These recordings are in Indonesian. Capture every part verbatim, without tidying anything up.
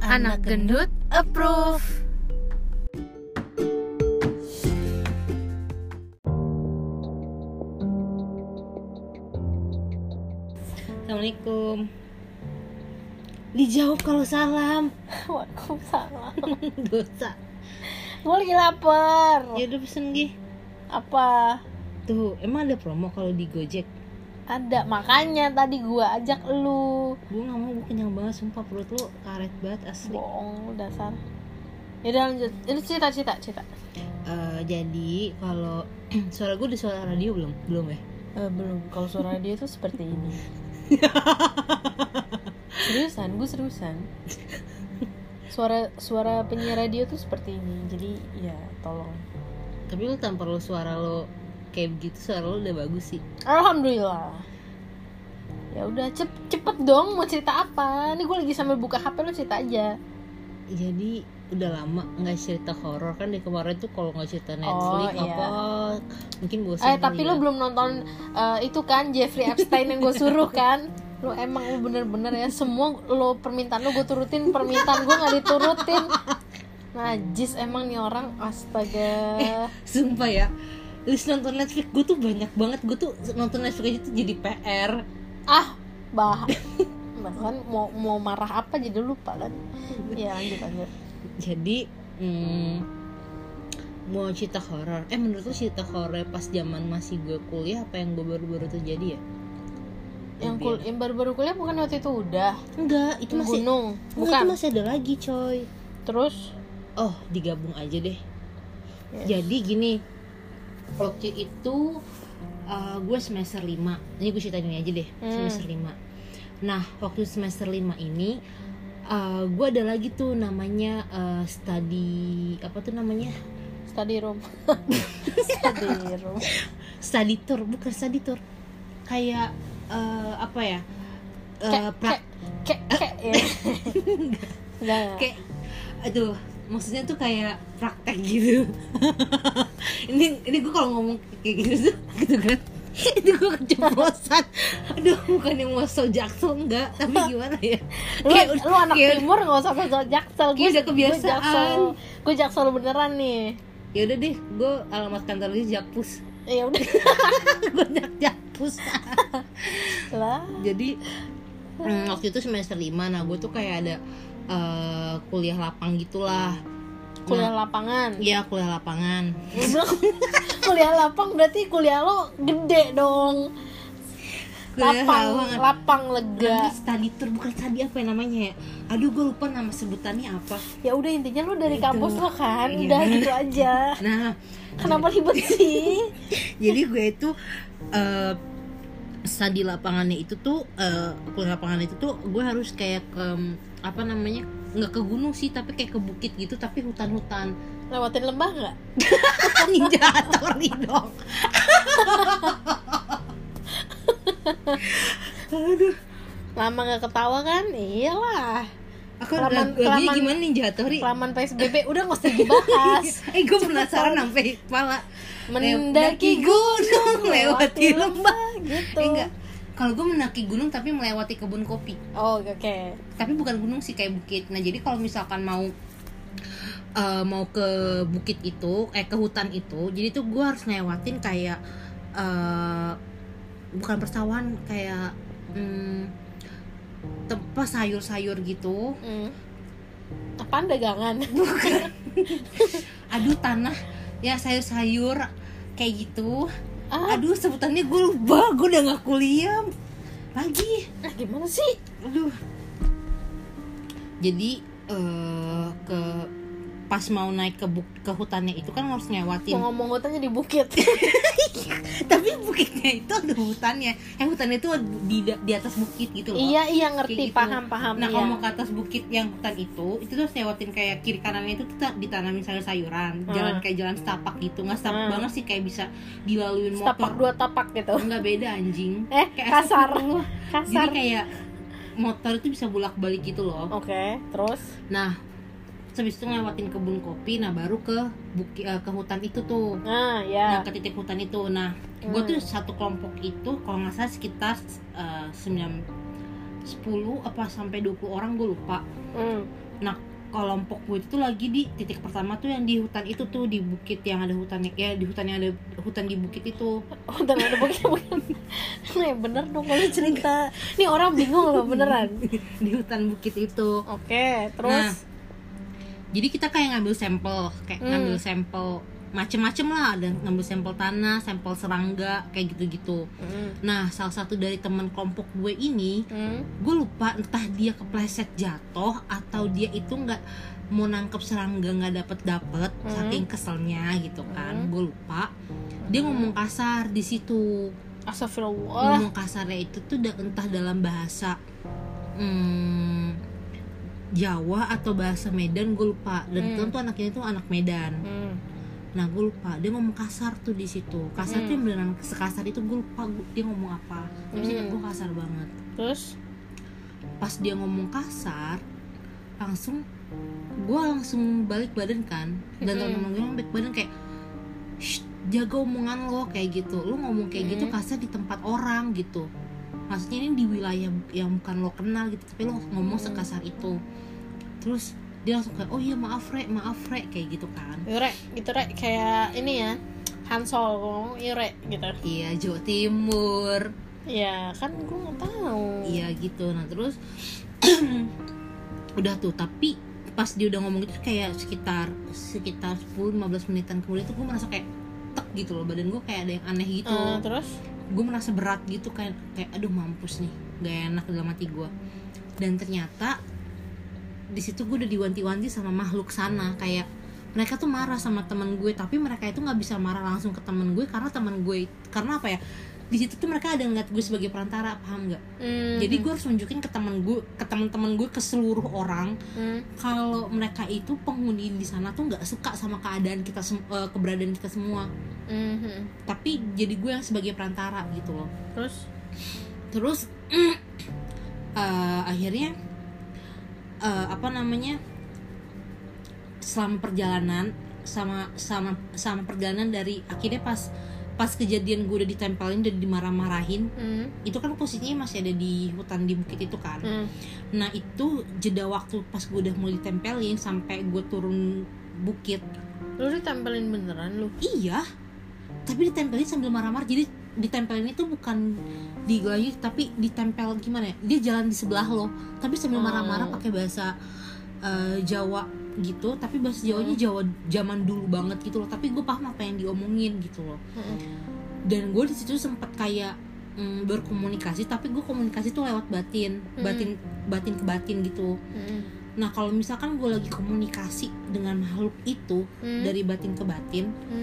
Anak Gendut Approve. Assalamualaikum. Dijawab kalau salam. Waalaikumsalam. Dosa. Gue lagi lapar. Ya udah pesen Gi. Apa? Tuh, emang ada promo kalau di Gojek? Ada, makanya tadi gue ajak lu. Gue gak mau, gue kenyang banget, sumpah perut lu karet banget asli. Bohong, dasar. Yaudah lanjut, ini cerita-cerita cerita. Uh, jadi kalau suara gue di suara radio belum? Belum ya? Eh, belum, kalau suara dia tuh seperti ini. Seriusan, gue seriusan. Suara suara penyiar radio tuh seperti ini, jadi ya tolong. Tapi lu tanpa lu suara lu kayak begitu, suara lu udah bagus sih. Alhamdulillah. Ya udah cep cepet dong, mau cerita apa? Nih gue lagi sambil buka H P, lu cerita aja. Jadi udah lama nggak cerita horor kan, di kemarin tuh kalau nggak cerita Netflix oh, apa iya. mungkin bosan. Eh tapi ya. Lu belum nonton uh, itu kan Jeffrey Epstein yang gue suruh kan? Lu emang lu bener-bener ya, semua lu permintaan lu gue turutin, permintaan gue nggak diturutin. Najis emang nih orang, astaga. Eh, sumpah ya, list nonton Netflix gue tuh banyak banget. Gue tuh nonton Netflix aja tuh jadi P R. Ah, bah. Bahkan mau mau marah apa jadi lupa kan. Ya lanjut lanjut. Jadi hmm, mau cerita horor. Eh menurut lu cerita horor pas zaman masih gue kuliah apa yang gue baru-baru terjadi ya? Yang kul yang baru-baru kuliah bukan waktu itu udah? Enggak, itu masih gunung. Bukan. Itu masih ada lagi, coy. Terus oh, digabung aja deh. Yes. Jadi gini. Waktu itu uh, gue semester lima. Ini gue ceritain ini aja deh, hmm. semester lima. Nah, waktu semester lima ini uh, gue ada lagi tuh namanya uh, study apa tuh namanya? Study room. Study room. Study tour, bukan study tour. Kayak uh, apa ya? Uh, kayak kayak kayak ya. Kayak aduh, maksudnya tuh kayak praktek gitu. ini ini gue kalau ngomong kayak gitu tuh gitu kan. Itu gue keceplosan. Aduh, bukan yang mau so jaksel enggak, tapi gimana ya? Lu, kayak, lu anak kayak, timur enggak usah so jaksel. Gue udah kebiasaan. Gue jaksel beneran nih. Ya udah deh, gue alamat kantornya Jakpus. Ya udah. Gue Jakpus. Lah. Jadi hmm, waktu itu semester lima, nah gue tuh kayak ada uh, kuliah lapang gitulah. Kuliah nah, lapangan. Iya, kuliah lapangan. Kuliah lapang berarti kuliah lo gede dong. Kuliah lapang, lapangan. Lapang lega. Nanti study tour, bukan study apa ya namanya ya? Aduh, gue lupa nama sebutannya apa. Ya udah, intinya lo dari gitu. Kampus lo kan, iya. Udah gitu aja. Nah, kenapa ribet sih? Jadi gue itu uh, study lapangannya itu tuh uh, kuliah lapangan itu tuh gue harus kayak ke apa namanya, nggak ke gunung sih, tapi kayak ke bukit gitu, tapi hutan-hutan. Lewatin lembah nggak? Ninja Hattori dong. Aduh, lama nggak ketawa kan? Iyalah. Aku kelaman, lagi gimana Ninja Hattori? Kelaman P S B B udah nggak usah dibahas. Eh gue penasaran sampai kepala. Mendaki gunung, lewati lembah gitu. Eh, enggak. Kalau gue mendaki gunung tapi melewati kebun kopi. Oh oke. Okay. Tapi bukan gunung sih, kayak bukit. Nah jadi kalau misalkan mau uh, mau ke bukit itu, eh ke hutan itu, jadi tuh gue harus ngelewatin kayak uh, bukan persawahan, kayak hmm, tempat sayur-sayur gitu. Hmm. Apaan dagangan? Bukan. Aduh, tanah ya sayur-sayur kayak gitu. Ah. Aduh, sebutannya gue lupa, gue udah gak kuliah lagi. Ah, gimana sih? Aduh. Jadi uh, ke pas mau naik ke buk- ke hutannya itu kan harus ngelewatin. Mau ngomong hutannya di bukit. Tapi bukitnya itu ada hutannya. Eh hutannya itu di di atas bukit gitu loh. Iya, iya ngerti, gitu. paham, paham. Nah, iya. kalau mau ke atas bukit yang hutan itu, itu tuh lewatin kayak kiri kanannya itu tuh ditanamin sayur-sayuran. Hmm. Jalan kayak jalan setapak gitu. Enggak setapak hmm. banget sih, kayak bisa dilaluin motor. Setapak dua tapak gitu. Enggak, beda anjing. Eh, kayak kasar. Kasar. Jadi kayak motor itu bisa bolak-balik gitu loh. Oke, okay, terus? Nah, habis itu ngelewatin kebun kopi, nah baru ke buki, uh, ke hutan itu tuh. Nah, ya. Nah, ke titik hutan itu. Nah, hmm. gue tuh satu kelompok itu kalau nggak salah sekitar uh, sembilan sepuluh apa sampai dua puluh orang, gue lupa. Hmm. Nah kelompok gue itu lagi di titik pertama tuh yang di hutan itu tuh, di bukit yang ada hutannya, ya di hutan yang ada hutan di bukit itu. Hutan ada bukit bukan? Nih bener dong kalau cerita. Nih orang bingung loh beneran. Di hutan bukit itu. Oke, terus. Nah, jadi kita kayak ngambil sampel, kayak Hmm. ngambil sampel macem-macem lah, ada ngambil sampel tanah, sampel serangga, kayak gitu-gitu. Hmm. Nah, salah satu dari teman kelompok gue ini, Hmm. gue lupa entah dia kepleset jatuh atau dia itu nggak mau nangkep serangga nggak dapet dapet Hmm. saking keselnya gitu kan. Hmm. Gue lupa. Dia ngomong kasar di situ. Astagfirullah. Ngomong kasarnya itu tuh da- entah dalam bahasa hmm, Jawa atau bahasa Medan, gue lupa. Dan Hmm. kebetulan tuh anaknya itu anak Medan. Hmm. Nah gue lupa dia ngomong kasar tuh di situ. Kasar Hmm. tuh yang beneran sekasar itu, gue lupa gua- dia ngomong apa. Tapi Hmm. ingat gue kasar banget. Terus Pas dia ngomong kasar, langsung gue langsung balik badan kan. Dan Hmm. teman-teman gue balik badan kayak, "Shh, jaga omongan lo," kayak gitu. Lo ngomong kayak gitu Hmm. kasar di tempat orang gitu. Maksudnya ini di wilayah yang bukan lo kenal gitu, tapi lo ngomong Hmm. sekasar itu. Terus dia langsung kayak, "Oh iya maaf Rek, maaf Rek," kayak gitu kan. Yure gitu Rek, kayak ini ya Hansol ngomong Yure gitu. Iya, Jawa Timur. Ya kan gue nggak tahu. Iya gitu. Nah terus udah tuh, tapi pas dia udah ngomong itu kayak sekitar sekitar sepuluh sampai lima belas menitan kemudian tuh gue merasa kayak tek gitu loh, badan gue kayak ada yang aneh gitu. Eh, terus Gue merasa berat gitu, kayak kayak aduh mampus nih, gak enak dalam hati gue. Dan ternyata di situ gue udah diwanti-wanti sama makhluk sana, kayak mereka tuh marah sama teman gue, tapi mereka itu nggak bisa marah langsung ke teman gue karena teman gue, karena apa ya, di situ tuh mereka ada ngeliat gue sebagai perantara, paham nggak? Hmm. Jadi gue harus nunjukin ke teman gue, ke teman-teman gue, ke seluruh orang Hmm. kalau mereka itu penghuni di sana tuh nggak suka sama keadaan kita, sem- eh, keberadaan kita semua. Hmm. Tapi jadi gue yang sebagai perantara gitu loh. Terus Terus eh, akhirnya eh, apa namanya, selama perjalanan sama sama sama perjalanan dari akhirnya pas pas kejadian gue udah ditempelin, udah dimarah-marahin, hmm. itu kan posisinya masih ada di hutan di bukit itu kan. Hmm. Nah itu jeda waktu pas gue udah mulai ditempelin sampai gue turun bukit. Lu ditempelin beneran lu? Iya, tapi ditempelin sambil marah-marah. Jadi ditempelin itu bukan digelangi, tapi ditempel gimana ya, dia jalan di sebelah lo tapi sambil Oh. marah-marah pakai bahasa uh, Jawa gitu, tapi bahasa Jawanya Hmm. Jawa zaman dulu banget gitu loh, tapi gue paham apa yang diomongin gitu loh. Hmm. Dan gue di situ sempet kayak mm, berkomunikasi, tapi gue komunikasi tuh lewat batin, Hmm. batin batin ke batin gitu. Hmm. Nah kalau misalkan gue lagi komunikasi dengan makhluk itu Hmm. dari batin ke batin, Hmm.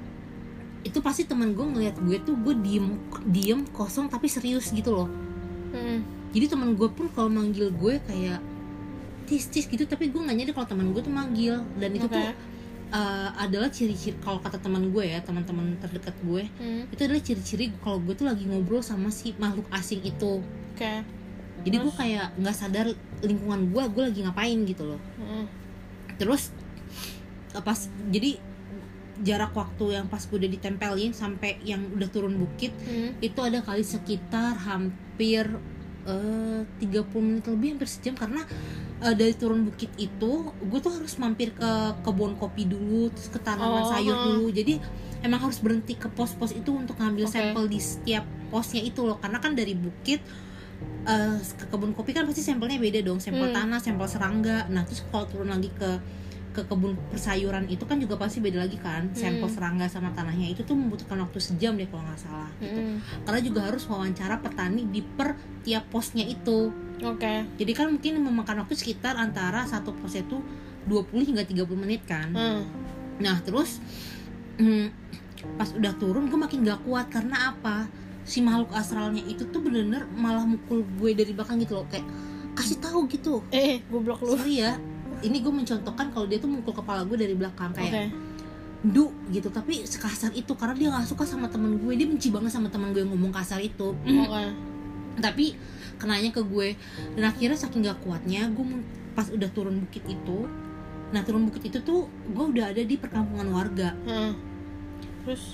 itu pasti teman gue ngelihat gue tuh gue diem diem kosong tapi serius gitu loh. Hmm. Jadi teman gue pun kalau manggil gue kayak tis tis gitu, tapi gue nggak nyadar kalau teman gue tuh manggil. Dan itu Oke. tuh uh, adalah ciri-ciri, kalau kata teman gue ya, teman-teman terdekat gue, Hmm. itu adalah ciri-ciri kalau gue tuh lagi ngobrol sama si makhluk asing itu. Oke. Jadi gue Terus? kayak nggak sadar lingkungan gue gue lagi ngapain gitu loh. Hmm. Terus uh, pas jadi jarak waktu yang pas gue udah ditempelin sampai yang udah turun bukit Hmm. itu ada kali sekitar hampir uh, tiga puluh menit lebih, hampir sejam, karena uh, dari turun bukit itu gue tuh harus mampir ke kebun kopi dulu, terus ke tanaman Oh. sayur dulu. Jadi emang harus berhenti ke pos-pos itu untuk ngambil Oke. sampel di setiap posnya itu loh, karena kan dari bukit uh, ke kebun kopi kan pasti sampelnya beda dong, sampel Hmm. tanah, sampel serangga. Nah terus kalau turun lagi ke ke kebun persayuran itu kan juga pasti beda lagi kan, sampel Hmm. serangga sama tanahnya itu tuh membutuhkan waktu sejam deh kalau nggak salah gitu. Hmm. Karena juga harus wawancara petani di per tiap posnya itu. Oke. Jadi kan mungkin memakan waktu sekitar antara satu pos itu dua puluh hingga tiga puluh menit kan. Hmm. Nah terus hmm, pas udah turun gue makin gak kuat, karena apa, si makhluk astralnya itu tuh bener-bener malah mukul gue dari belakang gitu loh, kayak kasih tahu gitu. Eh, goblok lu. Sorry ya, ini gue mencontohkan kalau dia tuh mukul kepala gue dari belakang Oke. kayak du gitu, tapi sekasar itu karena dia nggak suka sama teman gue, dia benci banget sama teman gue yang ngomong kasar itu. Oke. Tapi kenanya ke gue, dan akhirnya saking gak kuatnya gue pas udah turun bukit itu, nah turun bukit itu tuh gue udah ada di perkampungan warga. Hmm. Terus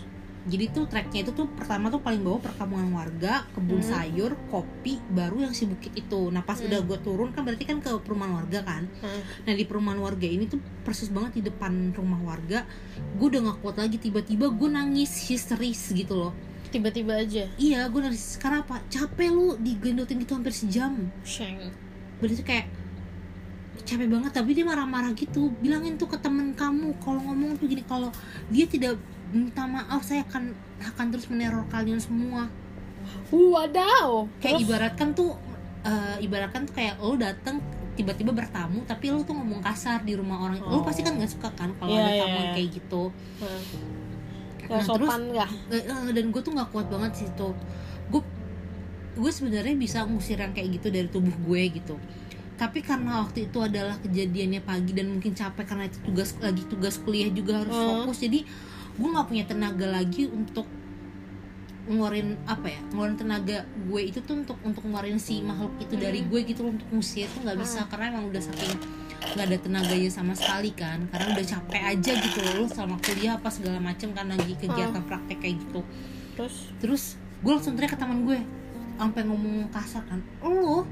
Jadi tuh treknya itu tuh pertama tuh paling bawah perkampungan warga, kebun hmm. sayur, kopi, baru yang si bukit itu. Nah pas hmm. udah gue turun kan berarti kan ke perumahan warga kan. Hmm. Nah di perumahan warga ini tuh persis banget di depan rumah warga. Gue udah gak kuat lagi, tiba-tiba gue nangis histeris gitu loh. Tiba-tiba aja? Iya gue nangis, karena apa? Capek lu digendotin gitu hampir sejam. Sheng. Berarti kayak capek banget, tapi dia marah-marah gitu. Bilangin tuh ke temen kamu kalau ngomong tuh gini, kalau dia tidak minta maaf saya akan akan terus meneror kalian semua. Wadaw. Kayak ibaratkan tuh uh, ibaratkan tuh kayak lo datang tiba-tiba bertamu tapi lo tuh ngomong kasar di rumah orang. Oh. Lo pasti kan nggak suka kan kalau yeah, ada tamu yeah. kayak gitu. Hmm. Nah, sopan terus gak? Uh, dan gue tuh nggak kuat banget sih tuh. Gue gue sebenarnya bisa ngusir yang kayak gitu dari tubuh gue gitu. Tapi karena waktu itu adalah kejadiannya pagi dan mungkin capek karena itu tugas lagi tugas kuliah juga harus hmm. fokus, jadi gue nggak punya tenaga lagi untuk ngeluarin apa ya ngeluarin tenaga gue itu tuh untuk untuk ngeluarin si makhluk itu hmm. dari gue gitu loh, untuk ngusir tuh nggak bisa hmm. karena emang udah saking nggak ada tenaganya sama sekali kan, karena udah capek aja gitu loh selama kuliah apa segala macem kan lagi kegiatan hmm. praktek kayak gitu. Terus terus gue langsung teriak ke teman gue sampai ngomong kasar kan, lo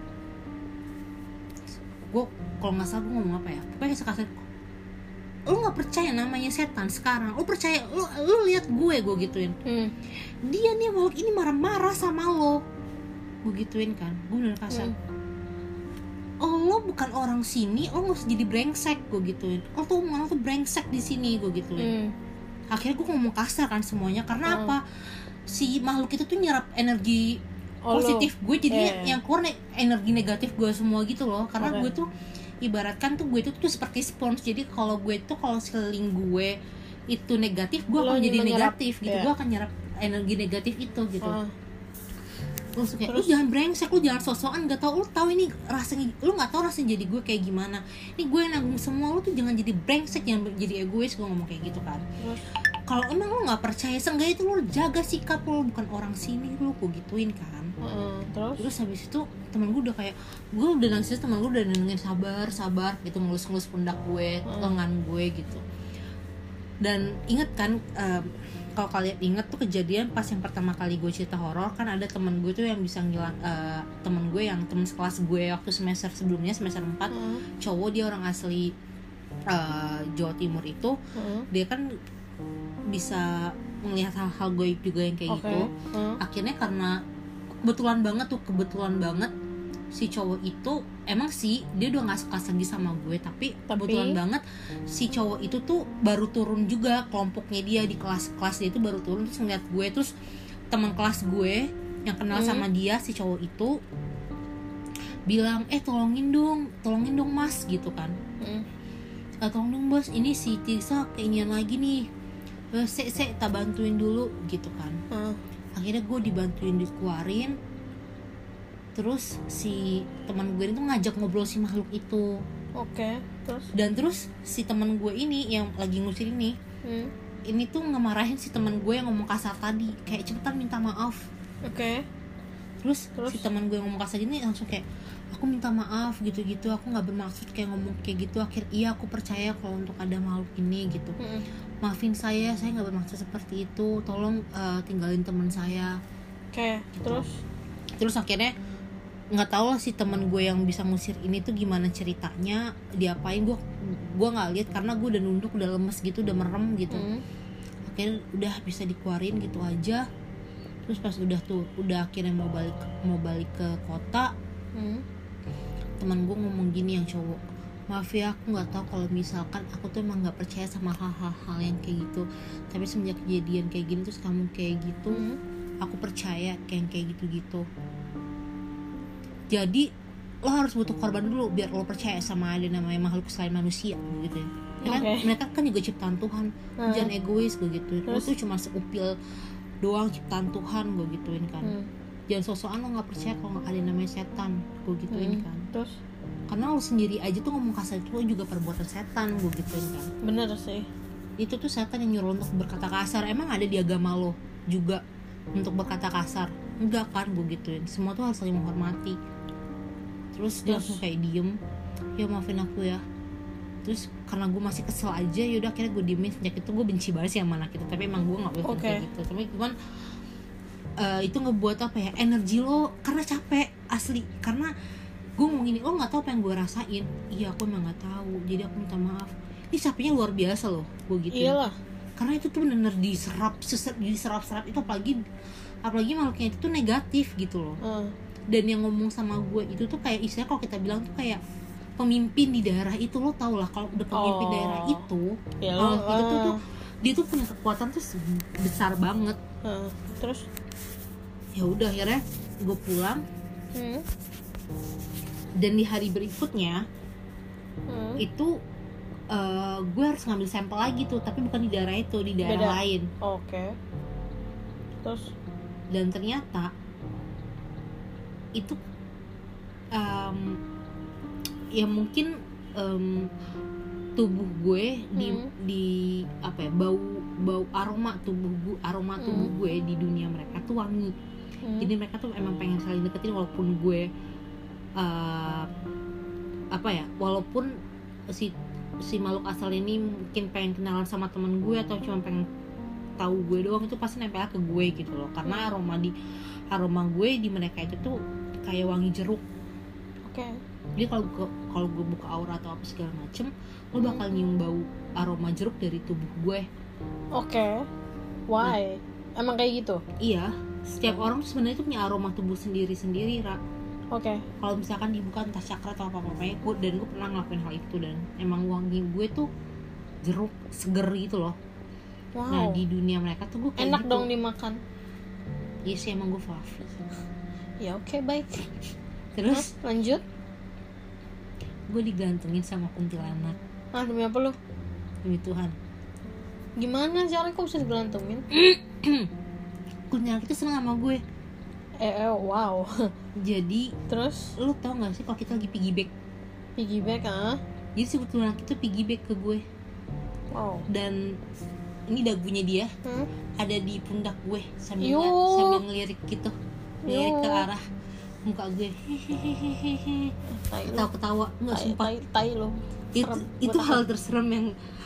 gue kalau nggak salah gue ngomong apa ya pokoknya sekasar, lu nggak percaya namanya setan sekarang, lu percaya lu lu lihat gue gue gituin. hmm. Dia nih makhluk ini marah-marah sama lo, gue gituin kan, gue bener kasar. hmm. Oh lo bukan orang sini, lo nggak usah jadi brengsek, gue gituin. Oh tuh malah tuh brengsek di sini, gue gituin. hmm. Akhirnya gue ngomong kasar kan semuanya karena hmm. apa, si makhluk itu tuh nyerap energi oh, positif lo. Gue jadi yeah. yang keluar ne- energi negatif gue semua gitu loh, karena okay. gue tuh ibaratkan tuh gue itu tuh seperti spons, jadi kalau gue tuh kalau sekeliling gue itu negatif, gue akan jadi menyerap, negatif gitu, yeah. gue akan nyerap energi negatif itu gitu. Uh. Terus kayak, lu jangan brengsek, lu jangan sosokan, gak tau, lu tau ini rasanya, lu nggak tau rasanya jadi gue kayak gimana. Ini gue yang nanggung semua, lu tuh jangan jadi brengsek, jangan jadi egois, gue ngomong kayak gitu kan. Uh. Kalau emang lu nggak percaya, seenggaknya itu lu jaga sikap lu, bukan orang sini, lu gue gituin kan. Uh, terus? terus habis itu temen gue udah kayak, gue udah nangis, temen gue udah nengin sabar sabar gitu, ngelus-ngelus pundak gue, uh. lengan gue gitu. Dan inget kan, uh, kalau kalian inget tuh kejadian pas yang pertama kali gue cerita horor kan, ada temen gue tuh yang bisa ngilang, uh, temen gue yang temen sekelas gue waktu semester sebelumnya, semester empat, uh. cowok, dia orang asli uh, Jawa Timur itu. uh. Dia kan bisa melihat hal-hal goib juga yang kayak okay. gitu. uh. Akhirnya karena kebetulan banget tuh kebetulan banget si cowok itu emang sih dia udah nggak suka lagi sama gue, tapi, tapi kebetulan banget si cowok itu tuh baru turun juga, kelompoknya dia di kelas-kelas dia itu baru turun, terus ngeliat gue, terus teman kelas gue yang kenal hmm. sama dia, si cowok itu bilang, eh tolongin dong tolongin dong mas gitu kan. hmm. e, tolong dong bos, ini si Tisa keinginan lagi nih, e, se se tak bantuin dulu gitu kan. hmm. Akhirnya gue dibantuin dikeluarin. Terus si teman gue ini tuh ngajak ngobrol si makhluk itu. Oke, okay, terus? Dan terus si teman gue ini yang lagi ngusir ini, hmm. ini tuh ngemarahin si teman gue yang ngomong kasar tadi, kayak cepetan minta maaf. Oke. Okay. Terus, terus si teman gue yang ngomong kasar ini langsung kayak, aku minta maaf gitu-gitu, aku nggak bermaksud kayak ngomong kayak gitu. Akhir iya aku percaya kalau untuk ada makhluk ini gitu. Hmm. Maafin saya, saya nggak bermaksud seperti itu. Tolong uh, tinggalin teman saya. Oke. Okay, gitu. Terus? Terus akhirnya nggak tahu lah si teman gue yang bisa ngusir ini tuh gimana ceritanya, diapain, gue gue nggak lihat karena gue udah nunduk, udah lemes gitu, udah merem gitu. Hmm. Akhirnya udah bisa dikeluarin gitu aja. Terus pas udah tuh udah akhirnya mau balik mau balik ke kota, hmm. teman gue ngomong gini yang cowok, maaf ya aku nggak tahu kalau misalkan aku tuh emang nggak percaya sama hal-hal yang kayak gitu, tapi semenjak kejadian kayak gini terus kamu kayak gitu, hmm. aku percaya kayak kayak gitu-gitu. Jadi lo harus butuh korban dulu biar lo percaya sama ada namanya makhluk selain manusia gitu ya. Ya kan okay. Mereka kan juga ciptaan Tuhan. hmm. Jangan egois gue gituin. Lo tuh cuma seupil doang ciptaan Tuhan, gue gituin kan. hmm. Jangan sosokan lo nggak percaya kalau nggak ada namanya setan, gue gituin hmm. kan. Terus karena lo sendiri aja tuh ngomong kasar itu lo juga perbuatan setan, gue gituin kan. Bener sih. Itu tuh setan yang nyuruh untuk berkata kasar. Emang ada di agama lo juga untuk berkata kasar? Enggak kan, gue gituin. Semua tuh harus saling menghormati. Terus dia langsung kayak diem, ya maafin aku ya. terus karena gue masih kesel aja, yaudah akhirnya gue diemin. Sejak itu gue benci banget sih sama anak itu, tapi emang gue nggak boleh Okay. kayak gitu. Tapi cuman uh, itu ngebuat apa ya, energi lo karena capek asli. Karena gue ngomong gini, lo nggak tahu apa yang gue rasain. Iya, aku emang nggak tahu, jadi aku minta maaf. Ini capeknya luar biasa loh, gue gitu. Iyalah. Karena itu tuh bener-bener diserap, seser, diserap-serap itu, apalagi apalagi makhluknya itu tuh negatif gitu loh. Uh. Dan yang ngomong sama gue itu tuh kayak istilah kalau kita bilang tuh kayak pemimpin di daerah itu. Lo tau lah kalau udah pemimpin oh. daerah itu, ya, kalau lo, itu tuh, uh. tuh dia tuh punya kekuatan tuh besar banget. Uh. Terus ya udah akhirnya gue pulang. hmm. Dan di hari berikutnya hmm. itu uh, gue harus ngambil sampel lagi tuh, tapi bukan di daerah itu, di daerah Beda. lain. Oke. Okay. Terus dan ternyata itu um, ya mungkin um, tubuh gue di hmm. di apa ya, bau bau aroma tubuh gue aroma tubuh hmm. gue di dunia mereka tuh wangi. hmm. Jadi mereka tuh emang pengen saling deketin, walaupun gue uh, apa ya, walaupun si si makhluk asal ini mungkin pengen kenalan sama teman gue atau cuma pengen tahu gue doang, itu pasti nempel ke gue gitu loh. Karena aroma di aroma gue di mereka itu tuh kayak wangi jeruk. Oke. Okay. Jadi kalau kalau gue buka aura atau apa segala macem, lo bakal nyium bau aroma jeruk dari tubuh gue. Oke. Okay. Why? Nah, emang kayak gitu? Iya. Setiap orang tuh sebenarnya tuh punya aroma tubuh sendiri-sendiri, Ra. Oke. Okay. Kalau misalkan dibuka entah cakra atau apa-apa, gue dan gue pernah ngelakuin hal itu, dan emang wangi gue tuh jeruk seger gitu loh. Wow. Nah di dunia mereka tuh gue kayak enak gitu. Dong dimakan. Iya sih, emang gue fluffy. Ya oke, okay, baik. Terus Hah, lanjut. Gue digantungin sama kuntilanak. Ah, demi apa lu? Demi Tuhan. Gimana caranya kok bisa digantungin? Kuntilanak itu seneng sama gue. Eh, eh wow. Jadi terus lu tau gak sih kalau kita lagi piggyback? Piggyback ah? Jadi si kuntilanak itu piggyback ke gue. Wow. Dan ini dagunya dia hmm? ada di pundak gue sambil Yo. ng- sambil ngelirik gitu, ngelirik Yo. ke arah muka gue. Hehehehe. Ketawa-ketawa nggak, sumpah. Tai, tai lo. Itu itu hal terserem yang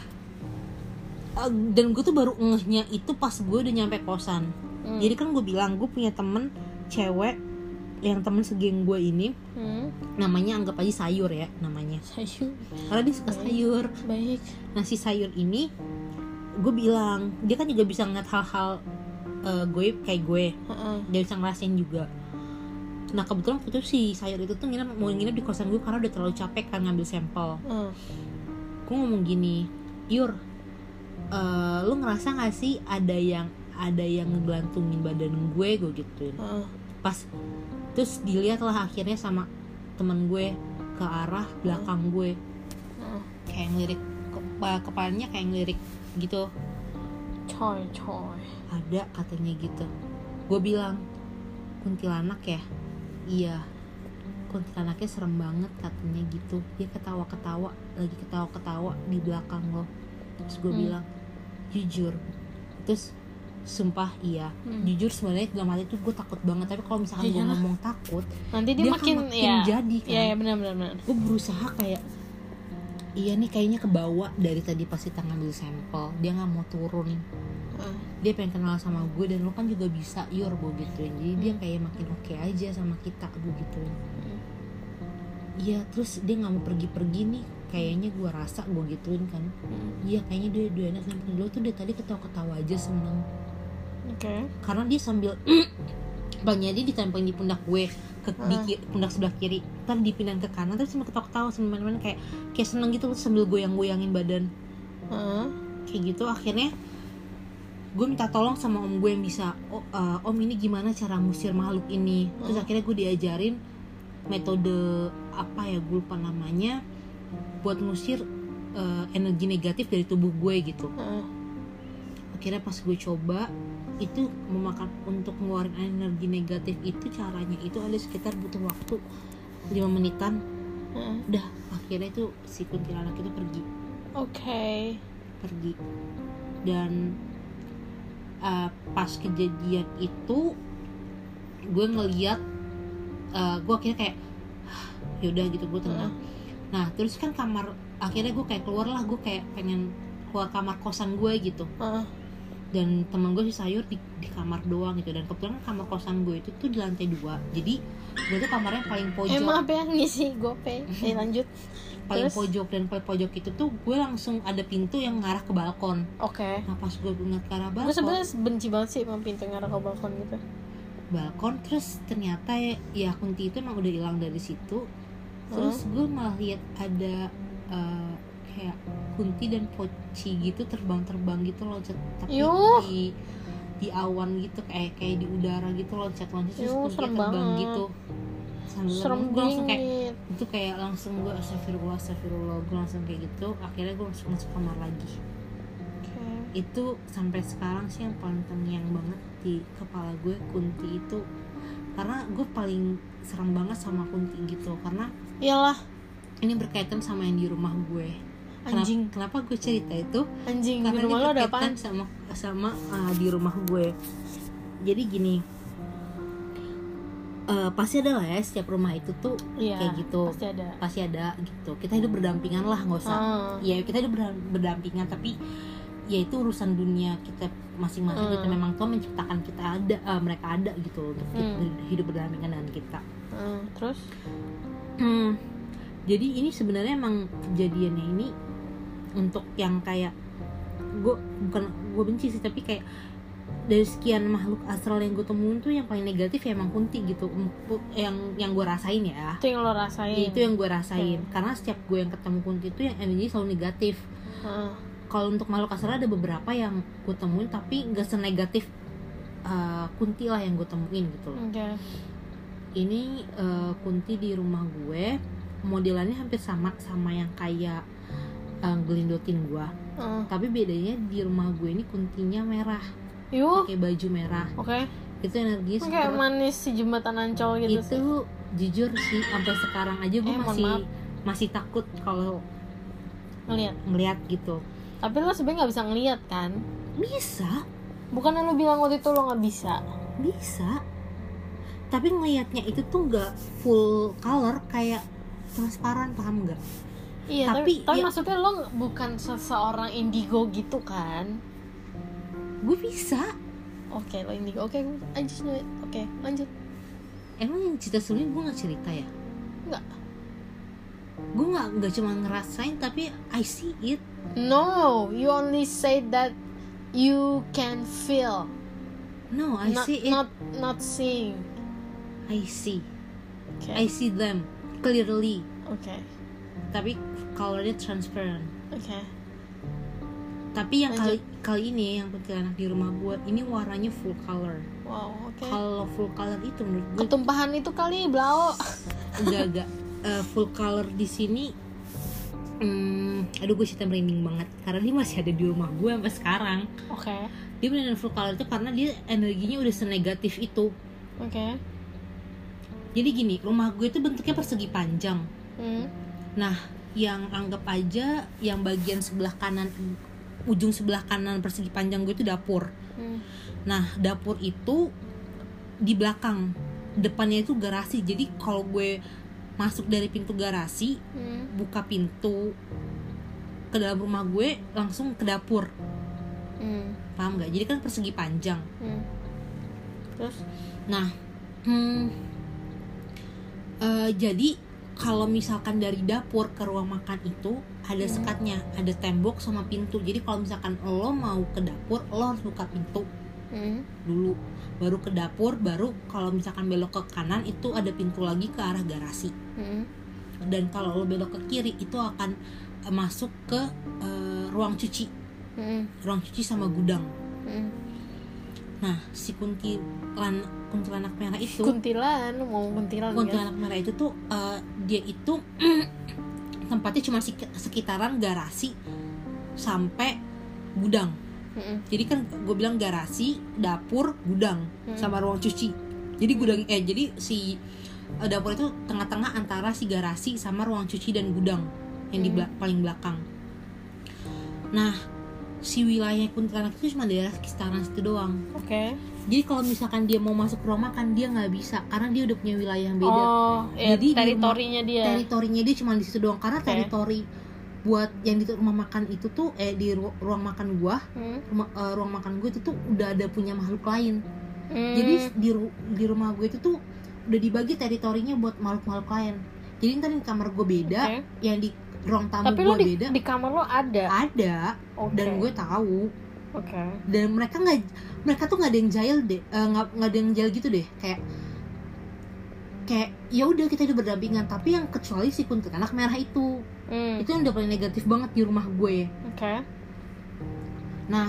uh, dan gue tuh baru ngehnya itu pas gue udah nyampe kosan. Hmm. Jadi kan gue bilang gue punya temen cewek yang temen segeng gue ini, hmm. namanya anggap aja sayur ya namanya. Sayur. Karena dia suka sayur. Baik. Nah si sayur ini, gue bilang dia kan juga bisa ngeliat hal-hal uh, gue kayak gue. Uh-uh. Dia bisa ngerasain juga. Nah kebetulan waktu itu si sayur itu tuh nginep, mau nginep di kosan gue karena udah terlalu capek kan ngambil sampel. Uh. Gue ngomong gini, Yur, uh, lu ngerasa nggak sih ada yang ada yang ngegelantungin badan gue, gue gituin. Uh. Pas terus dilihat lah akhirnya sama temen gue ke arah belakang gue, uh. kayak ngelirik ke- kepalanya kayak ngelirik gitu. Coy coy. Ada katanya gitu. Gue bilang, kuntilanak ya? Iya, kuntilanaknya serem banget katanya gitu. Dia ketawa-ketawa, lagi ketawa-ketawa di belakang lo. Terus gue hmm. bilang, jujur. Terus sumpah iya, hmm. jujur sebenarnya dalam hati tuh gue takut banget. Tapi kalau misalkan gue ngomong takut, nanti dia, dia makin, kan makin ya, jadi kan. Iya ya, benar-benar. Gue berusaha kayak, iya nih kayaknya kebawa dari tadi pas kita ngambil sampel. Dia nggak mau turun. Uh. Dia pengen kenal sama gue, dan lo kan juga bisa, Yur, gue gituin. Jadi hmm. dia kayak makin oke okay aja sama kita, gue gituin. Iya, hmm. terus dia nggak mau pergi-pergi nih. Kayaknya gue rasa, gue gituin kan. Iya, hmm. kayaknya dia dia enak sama lo tuh. Dia tadi ketawa-ketawa aja seneng. Oke. Okay. Karena dia sambil banyak dia ditempelin di pundak gue, ke uh. di kiri, pundak sebelah kiri. Ntar dipindahin ke kanan, terus sambil ketawa-ketawa sambil main-main kayak kayak seneng gitu sambil goyang-goyangin badan. Uh. Kayak gitu. Akhirnya gue minta tolong sama om gue yang bisa, oh, uh, om ini gimana cara ngusir makhluk ini. Terus akhirnya gue diajarin metode apa ya, gue lupa namanya, buat ngusir uh, energi negatif dari tubuh gue gitu. uh. Akhirnya pas gue coba itu, memakan untuk ngeluarin energi negatif itu, caranya itu ada sekitar butuh waktu lima menitan. uh. Udah akhirnya itu si kuntilanak itu pergi. Oke. Okay. Pergi. Dan Uh, pas kejadian itu gue ngeliat, uh, gue akhirnya kayak yaudah gitu, gue tenang. Uh. Nah terus kan kamar akhirnya gue kayak keluar lah, gue kayak pengen keluar kamar kosan gue gitu. Uh. Dan teman gue si sayur di, di kamar doang gitu, dan kebetulan kamar kosan gue itu tuh di lantai dua, jadi gue tuh kamarnya paling pojok. Emang apa yang ngisi gope? Eh lanjut. Paling Terus? pojok, dan paling pojok itu tuh gue langsung ada pintu yang ngarah ke balkon. Oke. Okay. Nah pas gue ngeliat ke arah balkon, Gue sebenarnya benci banget sih sama pintu yang arah ke balkon gitu. Balkon terus ternyata ya kunti itu emang udah hilang dari situ. Terus hmm. gue malah lihat ada uh, kayak kunti dan poci gitu terbang-terbang gitu loncat, tapi Yuh. di di awan gitu, kayak kayak di udara gitu loncat-loncat terus Yuh, kunti serem terbang banget. gitu. Sambil Serem gue langsung kayak dingin. itu kayak langsung gue astagfirullah astagfirullah gue langsung kayak gitu. Akhirnya gue langsung masuk kamar lagi. Okay. Itu sampai sekarang sih yang paling terngiang banget di kepala gue kunti itu, karena gue paling serem banget sama kunti gitu, karena iyalah ini berkaitan sama yang di rumah gue. Anjing. Kenapa, kenapa gue cerita itu? Anjing, karena di rumah lo ada apaan? sama sama uh, di rumah gue. Jadi gini, uh, pasti ada lah ya, setiap rumah itu tuh iya, kayak gitu. Pasti ada. Pasti ada gitu. Kita hidup berdampingan lah, nggak usah. Oh. Ya kita hidup berdampingan, tapi ya itu urusan dunia kita masing-masing. Hmm. Gitu. Memang Tuhan menciptakan kita ada, uh, mereka ada gitu untuk hmm. hidup berdampingan dengan kita. Hmm. Terus? Hmm. Jadi ini sebenarnya emang kejadiannya ini untuk yang kayak gue bukan gue benci sih, tapi kayak dari sekian makhluk astral yang gue temuin tuh yang paling negatif ya emang kunti gitu, yang yang gue rasain ya. Itu yang lo rasain. Itu yang gue rasain. Hmm. Karena setiap gue yang ketemu kunti itu yang energi selalu negatif. Hmm. Kalau untuk makhluk astral ada beberapa yang gue temuin tapi nggak senegatif uh, kunti lah yang gue temuin gitu. Okay. Ini uh, kunti di rumah gue modelannya hampir sama sama yang kayak uh, gelindotin gue. Uh. Tapi bedanya di rumah gue ini kuntinya merah, pakai baju merah. Oke. Okay. Itu energi kayak manis si jembatan Ancol gitu. Itu sih. Jujur sih sampai sekarang aja gue eh, masih masih takut kalau ngelihat ngelihat gitu. Tapi lo sebenarnya nggak bisa ngelihat kan? Bisa. Bukan lo bilang waktu itu lo nggak bisa? Bisa. Tapi ngelihatnya itu tuh nggak full color, kayak transparan, paham nggak? Iya, tapi tapi, tapi ya, maksudnya lo bukan seseorang indigo gitu kan? Gue bisa. Oke, okay, lo indigo. Oke, okay, I just know it. Oke, okay, lanjut. Emang yang cerita sebelumnya gue nggak cerita ya? Nggak. Gue nggak nggak cuma ngerasain, tapi I see it. No, you only say that you can feel. No, I not, see it. Not not seeing. I see. Okay. I see them clearly. Oke. Okay. Tapi colornya transparent. Oke. Okay. Tapi yang kali kali ini yang kuntilanak di rumah gue ini warnanya full color. Wow, oke. Okay. Kalau full color itu menurut gue ketumpahan itu kali blau. Enggak enggak. Uh, full color di sini. Hmm, aduh gue cerita merinding banget karena dia masih ada di rumah gue sampai sekarang. Oke. Okay. Dia benar full color itu karena dia energinya udah senegatif itu. Oke. Okay. Jadi gini, rumah gue itu bentuknya persegi panjang. Hmm. Nah, yang anggap aja yang bagian sebelah kanan, ujung sebelah kanan persegi panjang gue itu dapur. Hmm. Nah, dapur itu di belakang, depannya itu garasi. Jadi kalau gue masuk dari pintu garasi, hmm. buka pintu ke dalam rumah gue, langsung ke dapur. Hmm. Paham gak? Jadi kan persegi panjang. Hmm. Terus? Nah, hmm, uh, jadi kalau misalkan dari dapur ke ruang makan itu ada hmm. sekatnya, ada tembok sama pintu. Jadi kalau misalkan lo mau ke dapur, lo harus buka pintu hmm. dulu, baru ke dapur. Baru kalau misalkan belok ke kanan itu ada pintu lagi ke arah garasi. Hmm. Dan kalau lo belok ke kiri itu akan uh, masuk ke uh, ruang cuci, hmm. ruang cuci sama gudang. Hmm. Nah, si kuntilan kuntilanak merah itu kuntilan mau kuntilan kuntilanak ya? merah itu tuh uh, dia itu tempatnya cuma sekitaran garasi sampai gudang. Mm-mm. Jadi kan gue bilang garasi, dapur, gudang, mm. sama ruang cuci. Jadi gudang eh jadi si uh, dapur itu tengah-tengah antara si garasi sama ruang cuci dan gudang yang mm. di bela- paling belakang. Nah, si wilayah kuntilanak itu cuma daerah sekitaran situ doang. Oke. Okay. Jadi kalau misalkan dia mau masuk ke ruang makan dia nggak bisa karena dia udah punya wilayah yang beda. Oh, jadi teritorinya dia. Teritorinya dia cuma di situ doang karena okay. teritori buat yang di rumah makan itu tuh eh di ru- ruang makan gua Hmm. rumah, uh, ruang makan gue itu tuh udah ada punya makhluk lain. Hmm. Jadi di ru- di rumah gue itu tuh udah dibagi teritorinya buat makhluk-makhluk lain. Jadi ntar di kamar gue beda, Okay. yang di ruang tamu Tapi gue lo di, beda. di kamar lo ada. Ada Oke. dan gue tahu. Oke. Dan mereka nggak mereka tuh nggak ada yang jahil deh, eh, nggak nggak ada yang jahil gitu deh, kayak kayak ya udah kita hidup berdampingan. Tapi yang kecuali si kuntilanak merah itu, Hmm. itu yang udah paling negatif banget di rumah gue. Oke. Nah,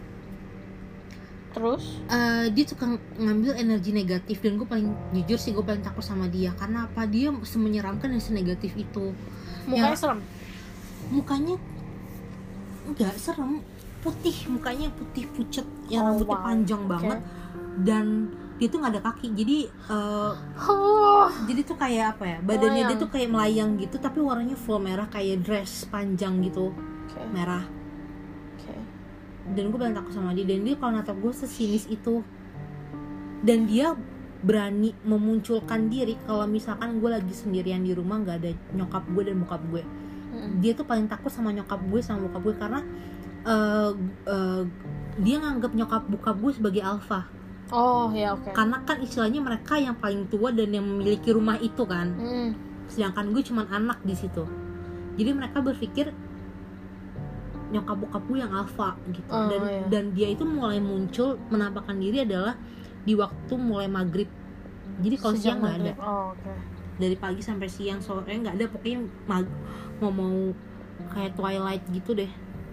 Terus? eh, dia suka ngambil energi negatif, dan gue paling jujur sih gue paling takut sama dia. Karena apa? Dia semenyeramkan dan senegatif itu. Mukanya Ya. serem. Mukanya enggak serem, putih, mukanya putih pucet, yang Oh, rambutnya wow. panjang Oke. banget, dan dia tuh nggak ada kaki. Jadi eh, Oh. jadi tuh kayak apa ya, badannya Melayang. dia tuh kayak melayang gitu, tapi warnanya full merah, kayak dress panjang gitu, Oke. merah. Oke. Dan gue paling takut sama dia, dan dia kalau natap gue sesinis itu. Dan dia berani memunculkan diri kalau misalkan gue lagi sendirian di rumah, nggak ada nyokap gue dan bokap gue. Mm-mm. Dia tuh paling takut sama nyokap gue sama bokap gue, karena uh, uh, dia nganggap nyokap bokap gue sebagai alpha. Oh ya oke. Karena kan istilahnya mereka yang paling tua dan yang memiliki rumah itu kan, Mm. sedangkan gue cuman anak di situ. Jadi mereka berpikir nyokap bokap gue yang alpha gitu. Oh, dan iya. dan dia itu mulai muncul menampakkan diri adalah di waktu mulai maghrib. Jadi kalau Sejak siang nggak ada, maghrib. Oh oke. dari pagi sampai siang, sore nggak ada, pokoknya mag- mau mau kayak twilight gitu deh.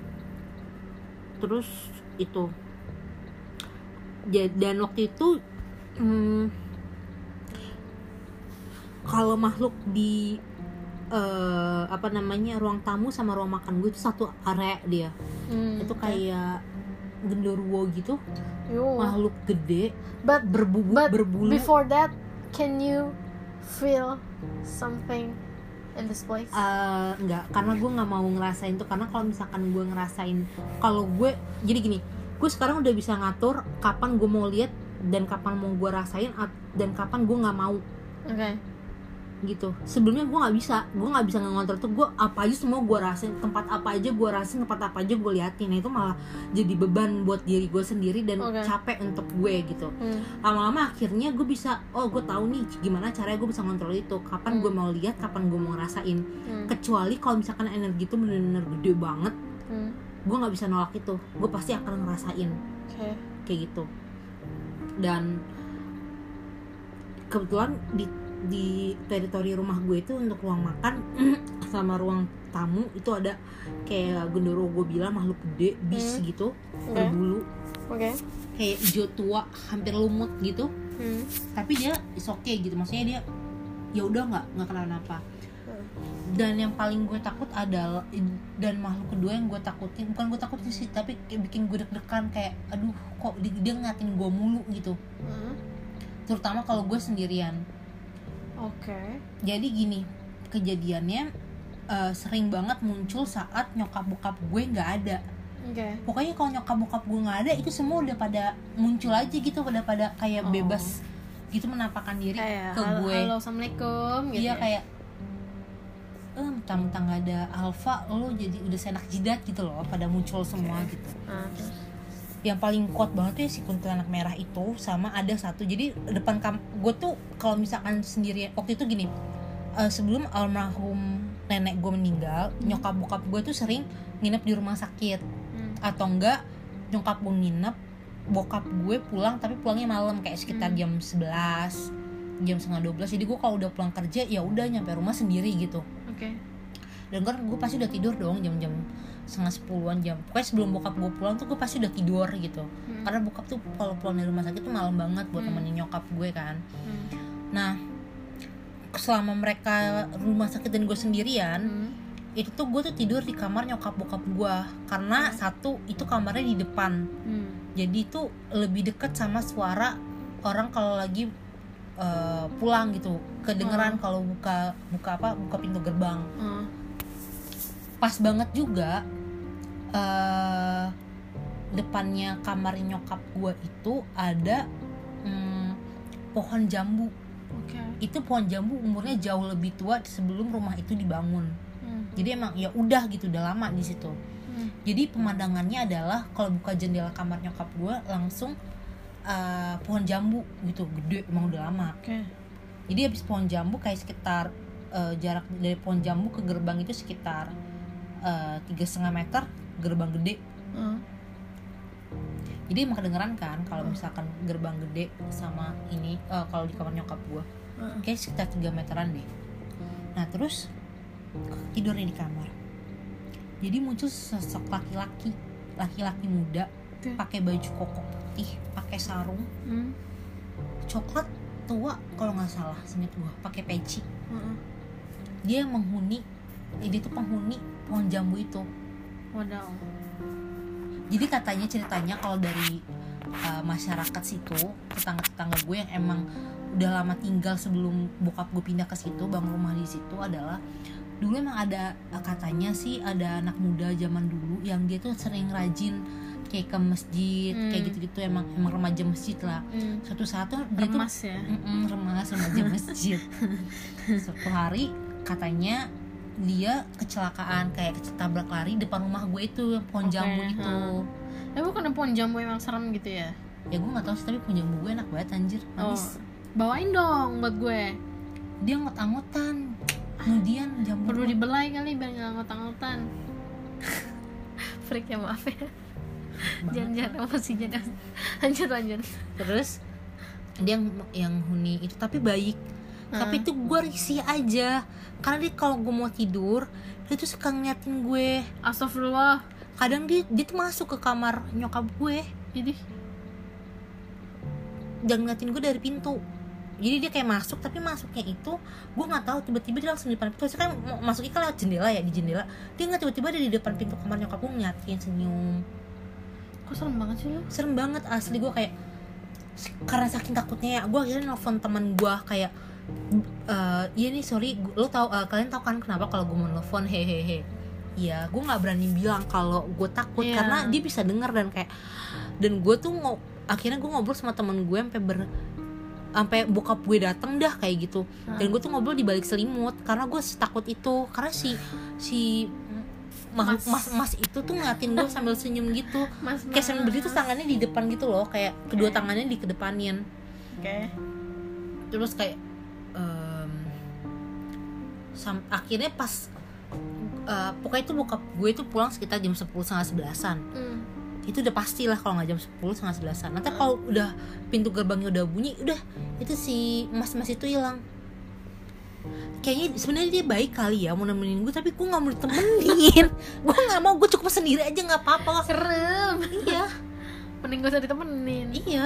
Terus itu Ja- dan waktu itu hmm, kalau makhluk di eh, apa namanya ruang tamu sama ruang makan gue itu satu area dia. Hmm, Itu oke. kayak genderuwo gitu, Yo. makhluk gede, But berbubu, but berbulu. before that, can you feel something in this place? Uh, enggak, karena gue nggak mau ngerasain tuh. Karena kalau misalkan gue ngerasain, kalau gue jadi gini, gue sekarang udah bisa ngatur kapan gue mau lihat dan kapan mau gue rasain at- dan kapan gue nggak mau Oke. gitu. Sebelumnya gue nggak bisa, gue nggak bisa ngontrol tuh. Gue apa aja semua gue rasain, tempat apa aja gue rasain, tempat apa aja gue liatin. Nah itu malah jadi beban buat diri gue sendiri dan Oke. capek untuk gue gitu. Hmm. Lama-lama akhirnya gue bisa, oh gue tahu nih gimana caranya gue bisa ngontrol itu, kapan Hmm. gue mau lihat, kapan gue mau ngerasain. Hmm. Kecuali kalau misalkan energi itu benar-benar gede banget, Hmm. gue nggak bisa nolak itu, gue pasti akan ngerasain Oke. kayak gitu. Dan kebetulan di di teritori rumah gue itu untuk ruang makan sama ruang tamu itu ada kayak genderuwo, gue bilang makhluk gede, bis Hmm. gitu, Oke. berbulu, Oke. kayak hijau tua, hampir lumut gitu. Hmm. Tapi dia is okay gitu, maksudnya dia ya udah nggak nggak kenapa-napa. Dan yang paling gue takut adalah, dan makhluk kedua yang gue takutin, bukan gue takutin sih, tapi kayak bikin gue deg-degan, kayak aduh kok dia, dia ngatin gue mulu gitu, Hmm. terutama kalau gue sendirian. Oke. Jadi gini kejadiannya, uh, sering banget muncul saat nyokap bokap gue nggak ada. Oke. Pokoknya kalau nyokap bokap gue nggak ada, itu semua udah pada muncul aja gitu, pada pada kayak Oh. bebas gitu menampakkan diri Kayak ke halo, gue. halo assalamualaikum gitu. Iya ya? kayak eh mentang-mentang gak ada alpha, lo jadi udah senak jidat gitu loh, pada muncul semua Oke. gitu. Ah, terus. Yang paling kuat banget tuh ya si kuntilanak merah itu, sama ada satu, jadi depan kam gue tuh kalau misalkan sendirian waktu itu gini, uh, sebelum almarhum nenek gue meninggal, Hmm. nyokap bokap gue tuh sering nginep di rumah sakit, Hmm. atau enggak nyokap gue nginep, bokap gue pulang tapi pulangnya malam kayak sekitar Hmm. jam sebelas, jam setengah dua belas. Jadi gue kalau udah pulang kerja ya udah nyampe rumah sendiri gitu. Oke. Dan kan gue pasti udah tidur dong jam-jam setengah sepuluhan jam. Pokoknya sebelum bokap gue pulang tuh gue pasti udah tidur gitu. Hmm. Karena bokap tuh kalau pulang dari rumah sakit tuh malam banget buat Hmm. temenin nyokap gue kan. Hmm. Nah selama mereka rumah sakit dan gue sendirian, Hmm. itu tuh gue tuh tidur di kamar nyokap bokap gue. Karena satu, itu kamarnya di depan, Hmm. jadi itu lebih deket sama suara orang kalau lagi uh, pulang gitu, kedengeran Hmm. kalau buka buka apa buka pintu gerbang. Hmm. Pas banget juga uh, depannya kamar nyokap gue itu ada mm, pohon jambu. Oke. Itu pohon jambu umurnya jauh lebih tua sebelum rumah itu dibangun. Hmm. Jadi emang ya udah gitu, udah lama di situ. Hmm. Jadi pemandangannya adalah kalau buka jendela kamar nyokap gue langsung uh, pohon jambu gitu, gede, emang udah lama. Okay. Jadi habis pohon jambu kayak sekitar uh, jarak dari pohon jambu ke gerbang itu sekitar tiga setengah meter, gerbang gede. Hmm. Jadi emang kedengeran kan kalau misalkan gerbang gede sama ini uh, kalau di kamar nyokap gue, hmm. kayak sekitar tiga meteran deh. Nah terus tidur nih di kamar. Jadi muncul sosok laki-laki, laki-laki muda, okay. pakai baju koko putih, pakai sarung, hmm. coklat tua kalau nggak salah, seinget gue, pakai peci. Hmm. Dia menghuni, dia tuh penghuni pohon jambu itu. Wadaw. Jadi katanya ceritanya kalau dari uh, masyarakat situ, tetangga-tetangga gue yang emang udah lama tinggal sebelum bokap gue pindah ke situ, bangun rumah di situ adalah dulu emang ada, katanya sih ada anak muda zaman dulu yang dia tuh sering rajin kayak ke masjid, hmm. kayak gitu-gitu, emang emang remaja masjid lah. Hmm. Suatu saat tuh dia remas tuh ya? remas remaja masjid. Suatu hari katanya dia kecelakaan, kayak ketabrak lari depan rumah gue itu, pohon okay. jambu itu. Hmm. Eh bukan pohon jambu emang serem gitu ya? Ya gue nggak tahu sih, tapi pohon jambu gue enak banget anjir, manis. Oh. Bawain dong buat gue. Dia ngot-angotan. Kemudian jambu perlu dibelai kali biar nggak ngot-angotan. Freak ya, maaf ya. Jangan-jangan emosi jangan. Lanjut lanjut. Terus dia yang yang huni itu tapi baik. Hmm. Tapi itu gue risih aja. Karena dia kalau gue mau tidur, dia tuh suka ngeliatin gue. Astagfirullah. Kadang dia dia tuh masuk ke kamar nyokap gue. Jadi dan ngeliatin gue dari pintu. Jadi dia kayak masuk, tapi masuknya itu gue nggak tahu, tiba-tiba dia langsung di depan pintu. Saya kan masuknya kan lewat jendela ya, di jendela dia nggak, tiba-tiba dia di depan pintu kamar nyokap gue ngeliatin, senyum. Kok serem banget sih lo? Serem banget asli. Gue kayak karena saking takutnya ya, gue akhirnya nelfon teman gue kayak uh, iya nih sorry, lo tau uh, kalian tahu kan kenapa kalau gue mau nelfon, hehehe. Iya, gue nggak berani bilang kalau gue takut, yeah. karena dia bisa denger dan kayak, dan gue tuh ngo, akhirnya gue ngobrol sama teman gue sampai ber sampai bokap gue dateng dah kayak gitu. Dan gue tuh ngobrol di balik selimut karena gue takut itu, karena si si makhluk mas mas itu tuh ngeliatin gue sambil senyum gitu, mas, mas. Kayak sambil berdiri tuh tangannya di depan gitu loh, kayak okay. kedua tangannya dikedepanin. Oke. Okay. Terus kayak um, sam- akhirnya pas uh, pokoknya itu bokap gue tuh pulang sekitar jam sepuluh setengah sebelasan. Mm. Itu udah pastilah kalau nggak jam sepuluh setengah sebelasan. Nanti kalau udah pintu gerbangnya udah bunyi, udah itu si mas-mas itu hilang. Kayaknya sebenarnya dia baik kali ya mau nemenin gue, tapi gue nggak mau ditemenin. Gue nggak mau, gue cukup sendiri aja nggak apa-apa. Serem. Iya. Mending gak usah ditemenin. Iya.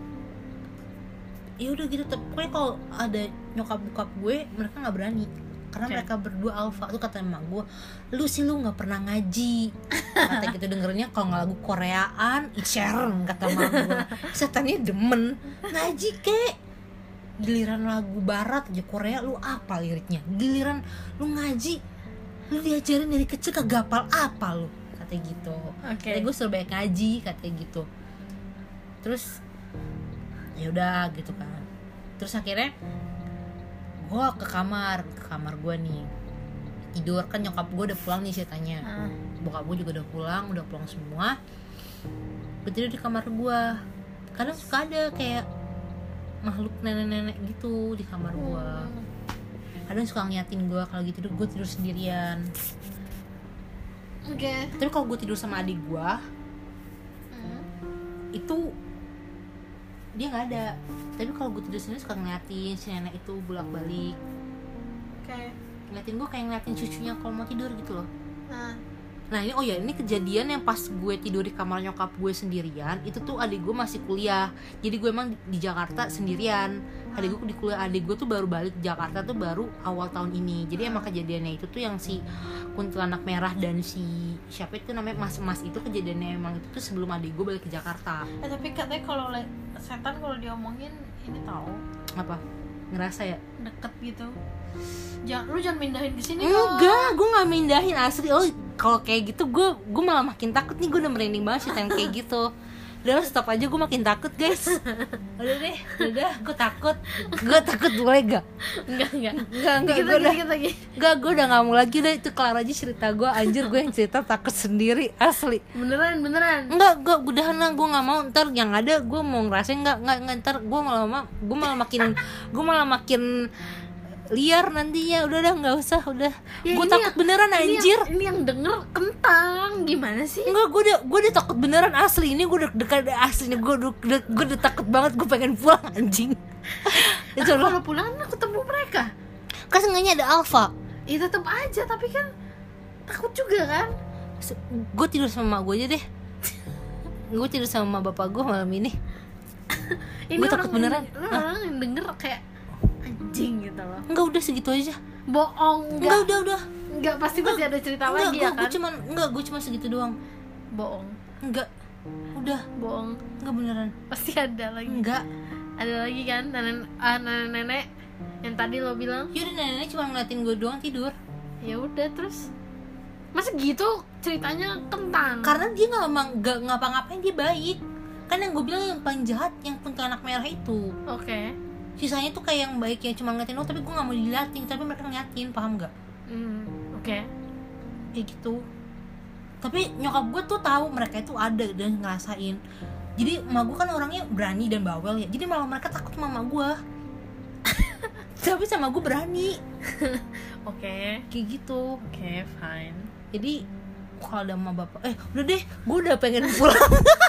Ya udah gitu. Pokoknya kalau ada nyokap bokap gue, mereka nggak berani. Karena okay. mereka berdua alfa. Tuh kata emak gue, lu sih lu gak pernah ngaji. Kata gitu dengernya kalau gak lagu Koreaan Ichern, kata emak gue. Setannya demen ngaji kek. Giliran lagu barat aja Korea lu apa liriknya. Giliran lu ngaji, lu diajarin dari kecil kagak hafal apa lu. Kata gitu. Okay. Kata gue suruh banyak ngaji, kata gitu. Terus ya udah gitu kan. Terus akhirnya gue ke kamar, ke kamar gue nih tidur, kan nyokap gue udah pulang nih ceritanya, hmm. bokap gue juga udah pulang, udah pulang semua. Gue tidur di kamar gue. Kadang suka ada kayak makhluk nenek-nenek gitu di kamar gue. Kadang suka ngeliatin gue kalau gitu, gue tidur sendirian. Oke. Okay. Tapi kalau gue tidur sama adik gue, hmm. itu dia nggak ada. Tapi kalau gue tidur sini suka ngeliatin si nenek itu bolak-balik. Kayak ngeliatin gue kayak ngeliatin cucunya kalau mau tidur gitu loh. Nah, nah ini oh ya ini kejadian yang pas gue tidur di kamar nyokap gue sendirian. Itu tuh adik gue masih kuliah. Jadi gue emang di Jakarta sendirian. Adik gue di kuliah, adik gue tuh baru balik ke Jakarta tuh baru awal tahun ini. Jadi emang kejadiannya itu tuh yang si kuntilanak merah dan si siapa itu namanya mas-mas itu kejadiannya emang itu tuh sebelum adik gue balik ke Jakarta. Eh tapi katanya kalau setan kalau diomongin ini tahu apa? Ngerasa ya? Deket gitu. Jangan, lu jangan mindahin ke sini. Enggak, gue nggak mindahin asli. Oh, kalau kayak gitu gue gue malah makin takut nih, gue udah merinding banget sih kayak gitu. Udah stop aja, gue makin takut guys. Udah deh, udah, gue takut. Gue takut, boleh gak? Enggak, enggak. Enggak, enggak, Dikit gue lagi, udah dikit lagi. Enggak, gue udah gak mau lagi deh. Itu kelar aja cerita gue. Anjir, gue yang cerita takut sendiri, asli. Beneran, beneran. Enggak, gue udahan lah, gue gak mau. Ntar yang ada gue mau ngerasain enggak, enggak, enggak. Ntar gue malah, gue malah makin Gue malah makin liar nantinya. Udah dah, nggak usah, udah. Ya, Gue ini takut yang- beneran, ini anjir. yang, ini yang denger kentang. Gimana sih? Enggak, gue udah, gue udah takut beneran asli. Ini gue udah dekat asli. Gue udah, udah, gue udah takut banget. Gue pengen pulang, anjing. Itu Nah, loh. kalau pulang aku ketemu mereka. Kan seenggaknya ada Alfa. Ya tetap aja, tapi kan takut juga kan. Gue tidur sama mak gue aja deh. Gue tidur sama mak bapak gue malam ini. Ini Gua takut beneran. Yang, orang yang denger kayak anjing gitu loh. Enggak, udah segitu aja. Bohong, Enggak, enggak. udah, udah. Enggak, pasti masih ada cerita Enggak, lagi gue, ya gue kan? cuman, enggak, gue cuma segitu doang. Bohong, Enggak, udah, bohong. enggak beneran. Pasti ada lagi. Enggak. Ada lagi kan nenek ah, nenek-nenek yang tadi lo bilang. Yaudah, nenek cuma ngeliatin gue doang tidur. Ya udah, terus masa gitu ceritanya kentang. Karena dia nggak nggak ngapa-ngapain, dia baik. Kan yang gue bilang yang paling jahat yang kuntilanak merah itu. Oke. Sisanya tuh kayak yang baik yang cuma ngeliatin lo, tapi gue nggak mau diliatin, tapi mereka ngeliatin, paham nggak? Hmm, oke. Kayak gitu. Tapi nyokap gue tuh tahu mereka itu ada dan ngerasain. Jadi emak gue kan orangnya berani dan bawel ya. Jadi malah mereka takut sama emak gue. Tapi sama gue berani. Oke. Kayak gitu. Oke, fine. Jadi kalau ada emak bapak, eh udah deh, gue udah pengen pulang.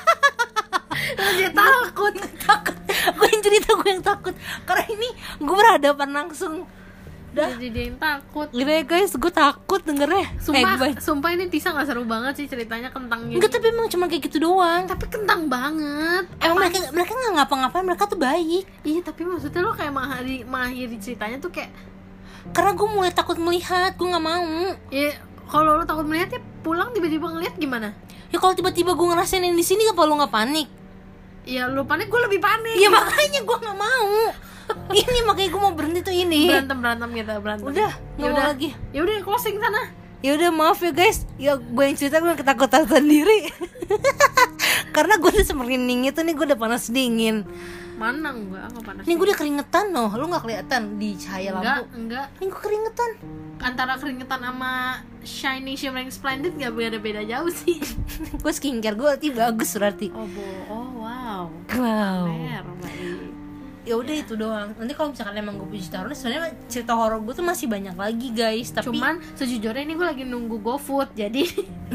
Dia takut. Takut. Gue yang cerita, gue yang takut. Karena ini gue berhadapan langsung. Udah. Jadi dia yang takut. Gila ya guys, gue takut dengernya. Sumpah, Eh, gue... sumpah ini Tisa gak seru banget sih ceritanya kentang gini. Enggak, tapi emang cuma kayak gitu doang. Tapi kentang banget. Emang mereka mereka nggak ngapa-ngapain, mereka tuh baik. Iya, tapi maksudnya lo kayak mengakhiri, mengakhiri ceritanya tuh kayak, Karena gue mulai takut melihat, gue nggak mau. ya kalau lo takut melihat ya pulang tiba-tiba ngeliat gimana? Ya kalau tiba-tiba gue ngerasain yang di sini, apa lo nggak panik? Ya lo panik, gue lebih panik. Ya makanya gue nggak mau. Ini makanya gue mau berhenti tuh ini. Berantem berantem gitu berantem. Udah, nggak mau lagi. Ya udah closing sana. Ya udah, maaf ya guys. Ya gue yang cerita, gue yang ketakutan sendiri. Karena gue udah semerinding itu nih, gue udah panas dingin. Mana enggak, enggak panas. Nih gue udah keringetan loh, lu nggak kelihatan di cahaya enggak, lampu. enggak. Ini gue keringetan. Antara keringetan sama shiny shimmering splendid gak beda-beda jauh sih. Gue skincare gue berarti bagus berarti. Oh, bo oh wow. Wow. Mer, baik. Ya udah itu doang. Nanti kalau misalkan emang gue punya cerita horor, sebenarnya cerita horor gue tuh masih banyak lagi guys. Tapi Cuman sejujurnya ini gue lagi nunggu GoFood, jadi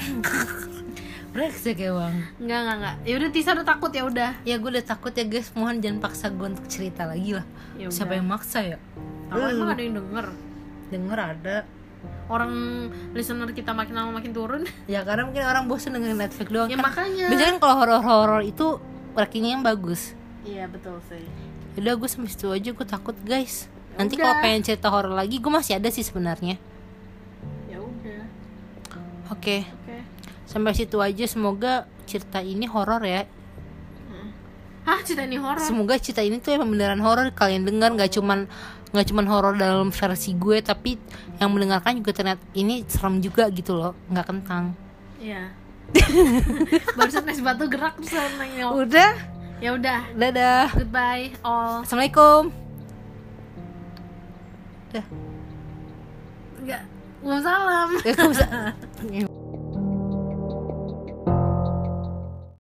brengsek ya bang. enggak enggak enggak. Ya udah Tisa udah takut ya udah. Ya gue udah takut ya guys. Mohon jangan paksa gue untuk cerita lagi lah. Ya Siapa udah. yang maksa ya? Kalau Lu. emang ada yang denger. Denger ada. Orang listener kita makin lama makin turun. Ya karena mungkin orang bosan dengerin Netflix doang. Ya Kan makanya. biasanya kan kalau horor-horor itu rankingnya yang bagus. Iya betul sih. Udah, gue sampai situ aja, gue takut guys. Ya Nanti udah. kalau pengen cerita horor lagi, gue masih ada sih sebenarnya. Ya udah. Oke, Oke. sampai situ aja. Semoga cerita ini horor ya. Hah, cerita ini horor. Semoga cerita ini tuh emang beneran horor kalian dengar, nggak cuman nggak cuman horor dalam versi gue, tapi yang mendengarkan juga ternyata ini serem juga gitu loh, nggak kentang. Iya. Barusan es batu gerak terus nanya. Udah, Ya udah. dadah. Goodbye all. Assalamualaikum. Udah. Enggak. Waalaikumsalam. Ya,